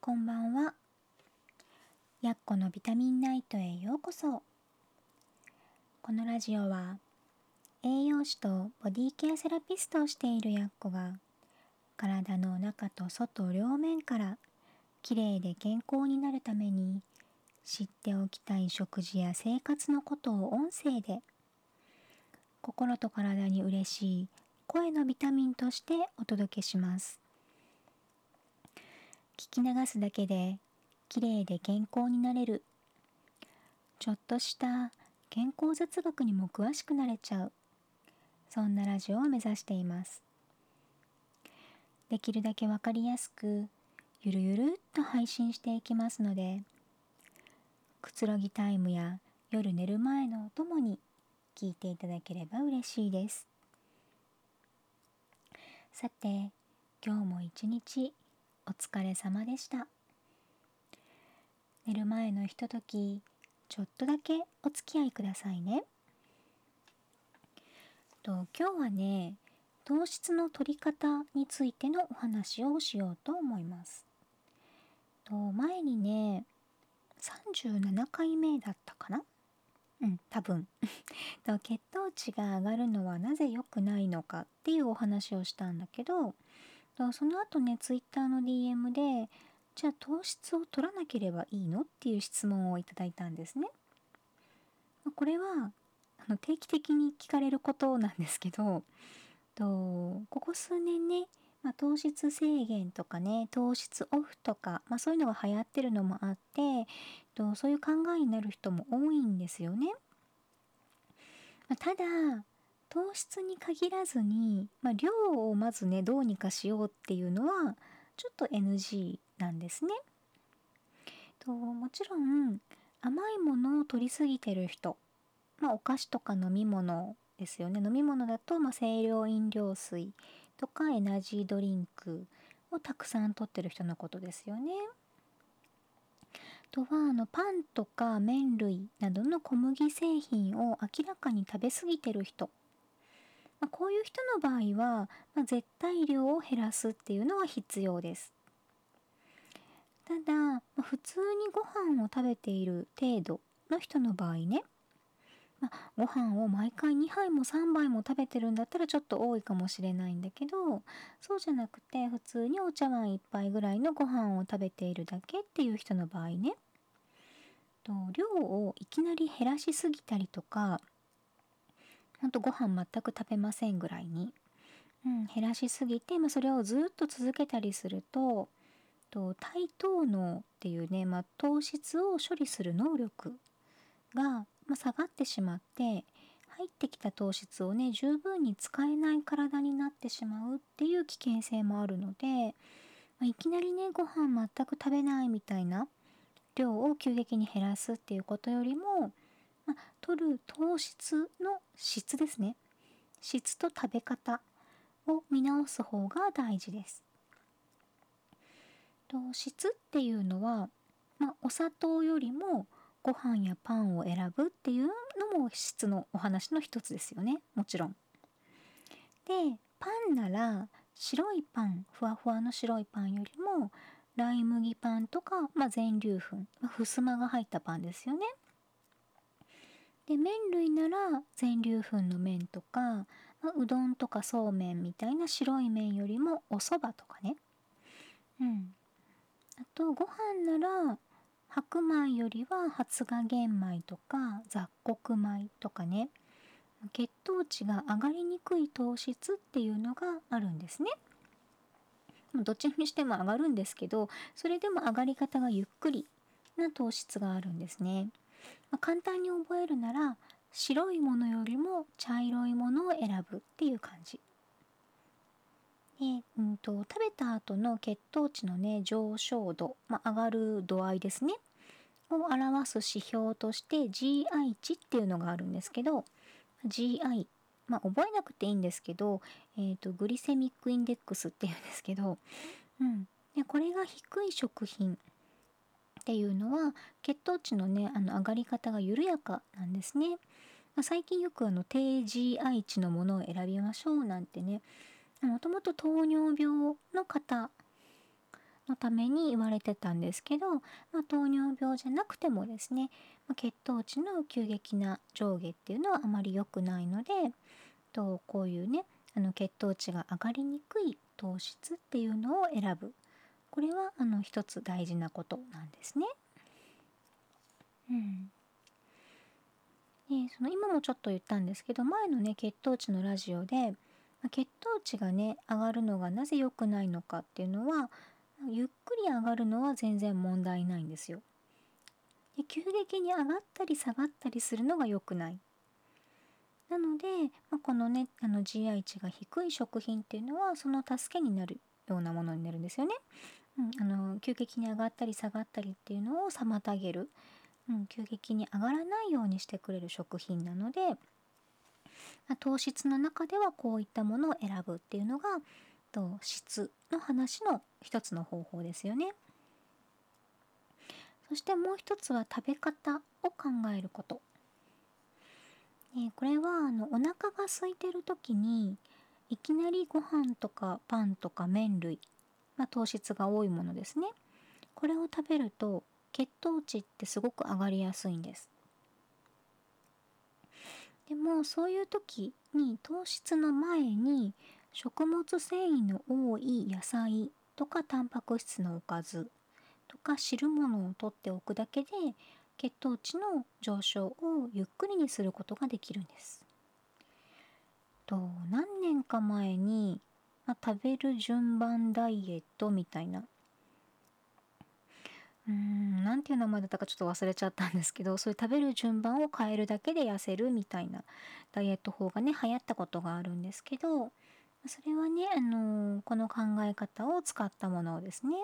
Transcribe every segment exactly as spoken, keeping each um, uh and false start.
こんばんは。やっこのビタミンナイトへようこそ。このラジオは栄養士とボディケアセラピストをしているやっこが体の中と外両面からきれいで健康になるために知っておきたい食事や生活のことを音声で心と体に嬉しい声のビタミンとしてお届けします。聞き流すだけできれいで健康になれる、ちょっとした健康雑学にも詳しくなれちゃう、そんなラジオを目指しています。できるだけわかりやすくゆるゆるっと配信していきますので、くつろぎタイムや夜寝る前のお供に聞いていただければ嬉しいです。さて、今日も一日お疲れ様でした。寝る前のひととき、ちょっとだけお付き合いくださいね。と今日はね、糖質の取り方についてのお話をしようと思います。と前にね、さんじゅうななかいめだったかな、うん多分と血糖値が上がるのはなぜ良くないのかっていうお話をしたんだけど、とその後ねツイッターの ディーエム で、じゃあ糖質を取らなければいいのっていう質問をいただいたんですね。これはあの定期的に聞かれることなんですけど、とここ数年ね、まあ、糖質制限とかね、糖質オフとか、まあ、そういうのが流行ってるのもあって、とそういう考えになる人も多いんですよね。まあ、ただ糖質に限らずに、まあ、量をまずねどうにかしようっていうのはちょっと エヌジー なんですね。ともちろん甘いものを取りすぎてる人、まあ、お菓子とか飲み物ですよね。飲み物だと、まあ、清涼飲料水とかエナジードリンクをたくさん取ってる人のことですよね。あとはあのパンとか麺類などの小麦製品を明らかに食べ過ぎてる人、まあ、こういう人の場合は、まあ、絶対量を減らすっていうのは必要です。ただ、まあ、普通にご飯を食べている程度の人の場合ね、まあ、ご飯を毎回にはいもさんばいも食べてるんだったらちょっと多いかもしれないんだけど、そうじゃなくて普通にお茶碗いっぱいぐらいのご飯を食べているだけっていう人の場合ね、と量をいきなり減らしすぎたりとか、ほんとご飯全く食べませんぐらいに、うん、減らしすぎて、まあ、それをずっと続けたりすると、と対糖能っていうね、まあ、糖質を処理する能力が、まあ、下がってしまって、入ってきた糖質をね十分に使えない体になってしまうっていう危険性もあるので、まあ、いきなりねご飯全く食べないみたいな量を急激に減らすっていうことよりも、まあ、取る糖質の質ですね、質と食べ方を見直す方が大事です。糖質っていうのは、まあ、お砂糖よりもご飯やパンを選ぶっていうのも質のお話の一つですよね、もちろん。で、パンなら白いパン、ふわふわの白いパンよりもライ麦パンとか、まあ、全粒粉、まあ、ふすまが入ったパンですよね。で、麺類なら全粒粉の麺とか、まあ、うどんとかそうめんみたいな白い麺よりもお蕎麦とかね。うん。あとご飯なら白米よりは発芽玄米とか雑穀米とかね、血糖値が上がりにくい糖質っていうのがあるんですね。どっちにしても上がるんですけど、それでも上がり方がゆっくりな糖質があるんですね。まあ、簡単に覚えるなら白いものよりも茶色いものを選ぶっていう感じで、うんと、食べた後の血糖値のね上昇度、まあ、上がる度合いですねを表す指標として ジーアイ 値っていうのがあるんですけど、 ジーアイ、 まあ覚えなくていいんですけど、えーと、グリセミックインデックスっていうんですけど、うん、でこれが低い食品っていうのは血糖値のねあの上がり方が緩やかなんですね。まあ、最近よくあの低 ジーアイ 値のものを選びましょうなんてね、もともと糖尿病の方のために言われてたんですけど、まあ、糖尿病じゃなくてもですね、まあ、血糖値の急激な上下っていうのはあまり良くないので、とこういうね、あの血糖値が上がりにくい糖質っていうのを選ぶ。これはあの一つ大事なことなんですね。うん。で、その今もちょっと言ったんですけど、前のね、血糖値のラジオで、まあ血糖値がね、上がるのがなぜ良くないのかっていうのは、ゆっくり上がるのは全然問題ないんですよ。で、急激に上がったり下がったりするのが良くない。なので、まあ、このね、あの ジーアイ 値が低い食品っていうのは、その助けになるようなものになるんですよね。うん、あの急激に上がったり下がったりっていうのを妨げる、うん、急激に上がらないようにしてくれる食品なので、まあ、糖質の中ではこういったものを選ぶっていうのが糖質の話の一つの方法ですよね。そしてもう一つは食べ方を考えること。えーこれはあのお腹が空いてる時にいきなりご飯とかパンとか麺類、まあ、糖質が多いものですね。これを食べると血糖値ってすごく上がりやすいんです。でもそういう時に糖質の前に食物繊維の多い野菜とかタンパク質のおかずとか汁物をとっておくだけで血糖値の上昇をゆっくりにすることができるんです。と何年か前に、まあ、食べる順番ダイエットみたいな、うーん、なんていう名前だったかちょっと忘れちゃったんですけど、そういう食べる順番を変えるだけで痩せるみたいなダイエット法がね、流行ったことがあるんですけど、それはね、あのーこの考え方を使ったものですね。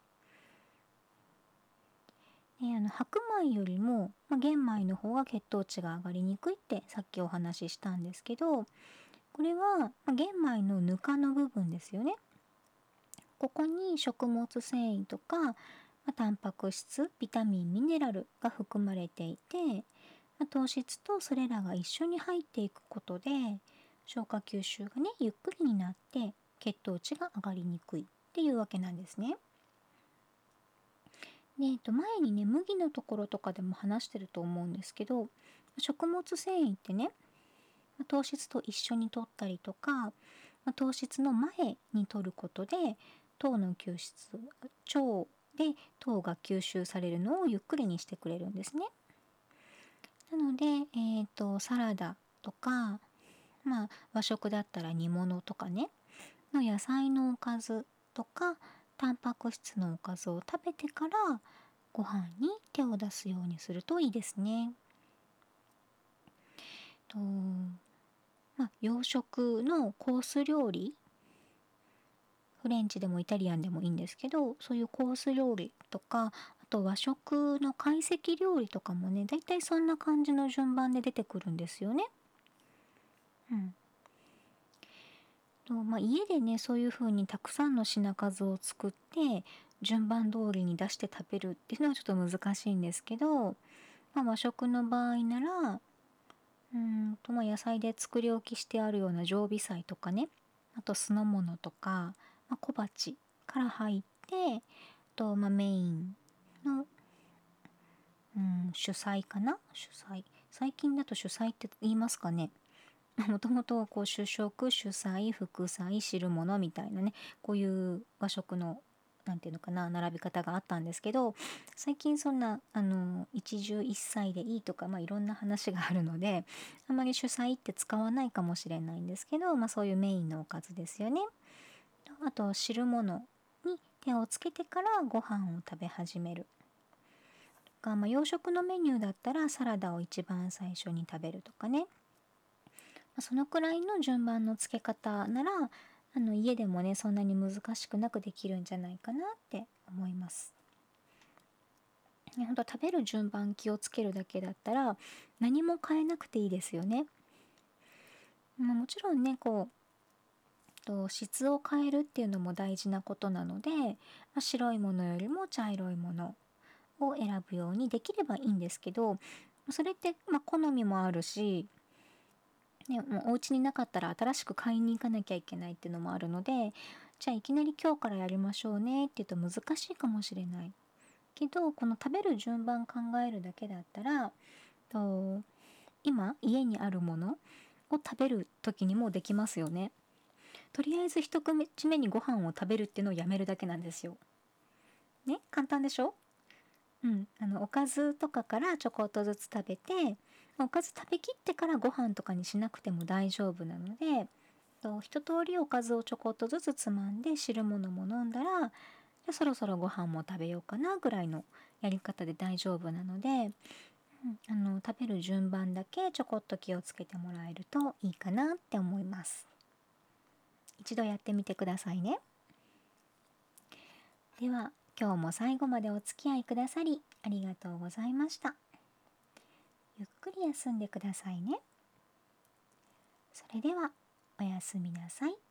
で、あの白米よりも、まあ、玄米の方が血糖値が上がりにくいってさっきお話ししたんですけど、これは、まあ、玄米のぬかの部分ですよね。ここに食物繊維とか、まあ、タンパク質、ビタミン、ミネラルが含まれていて、まあ、糖質とそれらが一緒に入っていくことで消化吸収がねゆっくりになって血糖値が上がりにくいっていうわけなんですね。で、えっと、前にね麦のところとかでも話してると思うんですけど、食物繊維ってね糖質と一緒に摂ったりとか、まあ、糖質の前に摂ることで糖の吸収腸で糖が吸収されるのをゆっくりにしてくれるんですね。なので、えーと、サラダとか、まあ、和食だったら煮物とかねの野菜のおかずとかタンパク質のおかずを食べてからご飯に手を出すようにするといいですね。とまあ、洋食のコース料理、フレンチでもイタリアンでもいいんですけど、そういうコース料理とか、あと和食の懐石料理とかもね、だいたいそんな感じの順番で出てくるんですよね。うん。とまあ、家でね、そういう風にたくさんの品数を作って、順番通りに出して食べるっていうのはちょっと難しいんですけど、まあ、和食の場合なら、うーんとまあ野菜で作り置きしてあるような常備菜とかね、あと酢の物とか、まあ、小鉢から入って、と、まあ、メインの、うん、主菜かな主菜。最近だと主菜って言いますかね。もともとこう主食、主菜、副菜、汁物みたいなね、こういう和食の、なんていうのかな、並び方があったんですけど、最近そんな、あの、一汁一菜でいいとか、まあいろんな話があるので、あんまり主菜って使わないかもしれないんですけど、まあそういうメインのおかずですよね。あと汁物に手をつけてからご飯を食べ始める。とか、まあ、洋食のメニューだったらサラダを一番最初に食べるとかね。そのくらいの順番の付け方ならあの家でもねそんなに難しくなくできるんじゃないかなって思います。ね、ほんと食べる順番気をつけるだけだったら何も変えなくていいですよね。まあ、もちろんねこうと質を変えるっていうのも大事なことなので、まあ、白いものよりも茶色いものを選ぶようにできればいいんですけど、それってまあ好みもあるし、ね、もうお家になかったら新しく買いに行かなきゃいけないっていうのもあるので、 じゃあいきなり今日からやりましょうねって言うと難しいかもしれない。けど、この食べる順番考えるだけだったら、と今家にあるものを食べる時にもできますよね。とりあえず一口目にご飯を食べるっていうのをやめるだけなんですよ。ね、簡単でしょ？うん、あのおかずとかからちょこっとずつ食べて、おかず食べきってからご飯とかにしなくても大丈夫なので、と一通りおかずをちょこっとずつつまんで汁物も飲んだら、じゃあそろそろご飯も食べようかなぐらいのやり方で大丈夫なので、うん、あの食べる順番だけちょこっと気をつけてもらえるといいかなって思います。一度やってみてくださいね。では今日も最後までお付き合いくださりありがとうございました。ゆっくり休んでくださいね。それではおやすみなさい。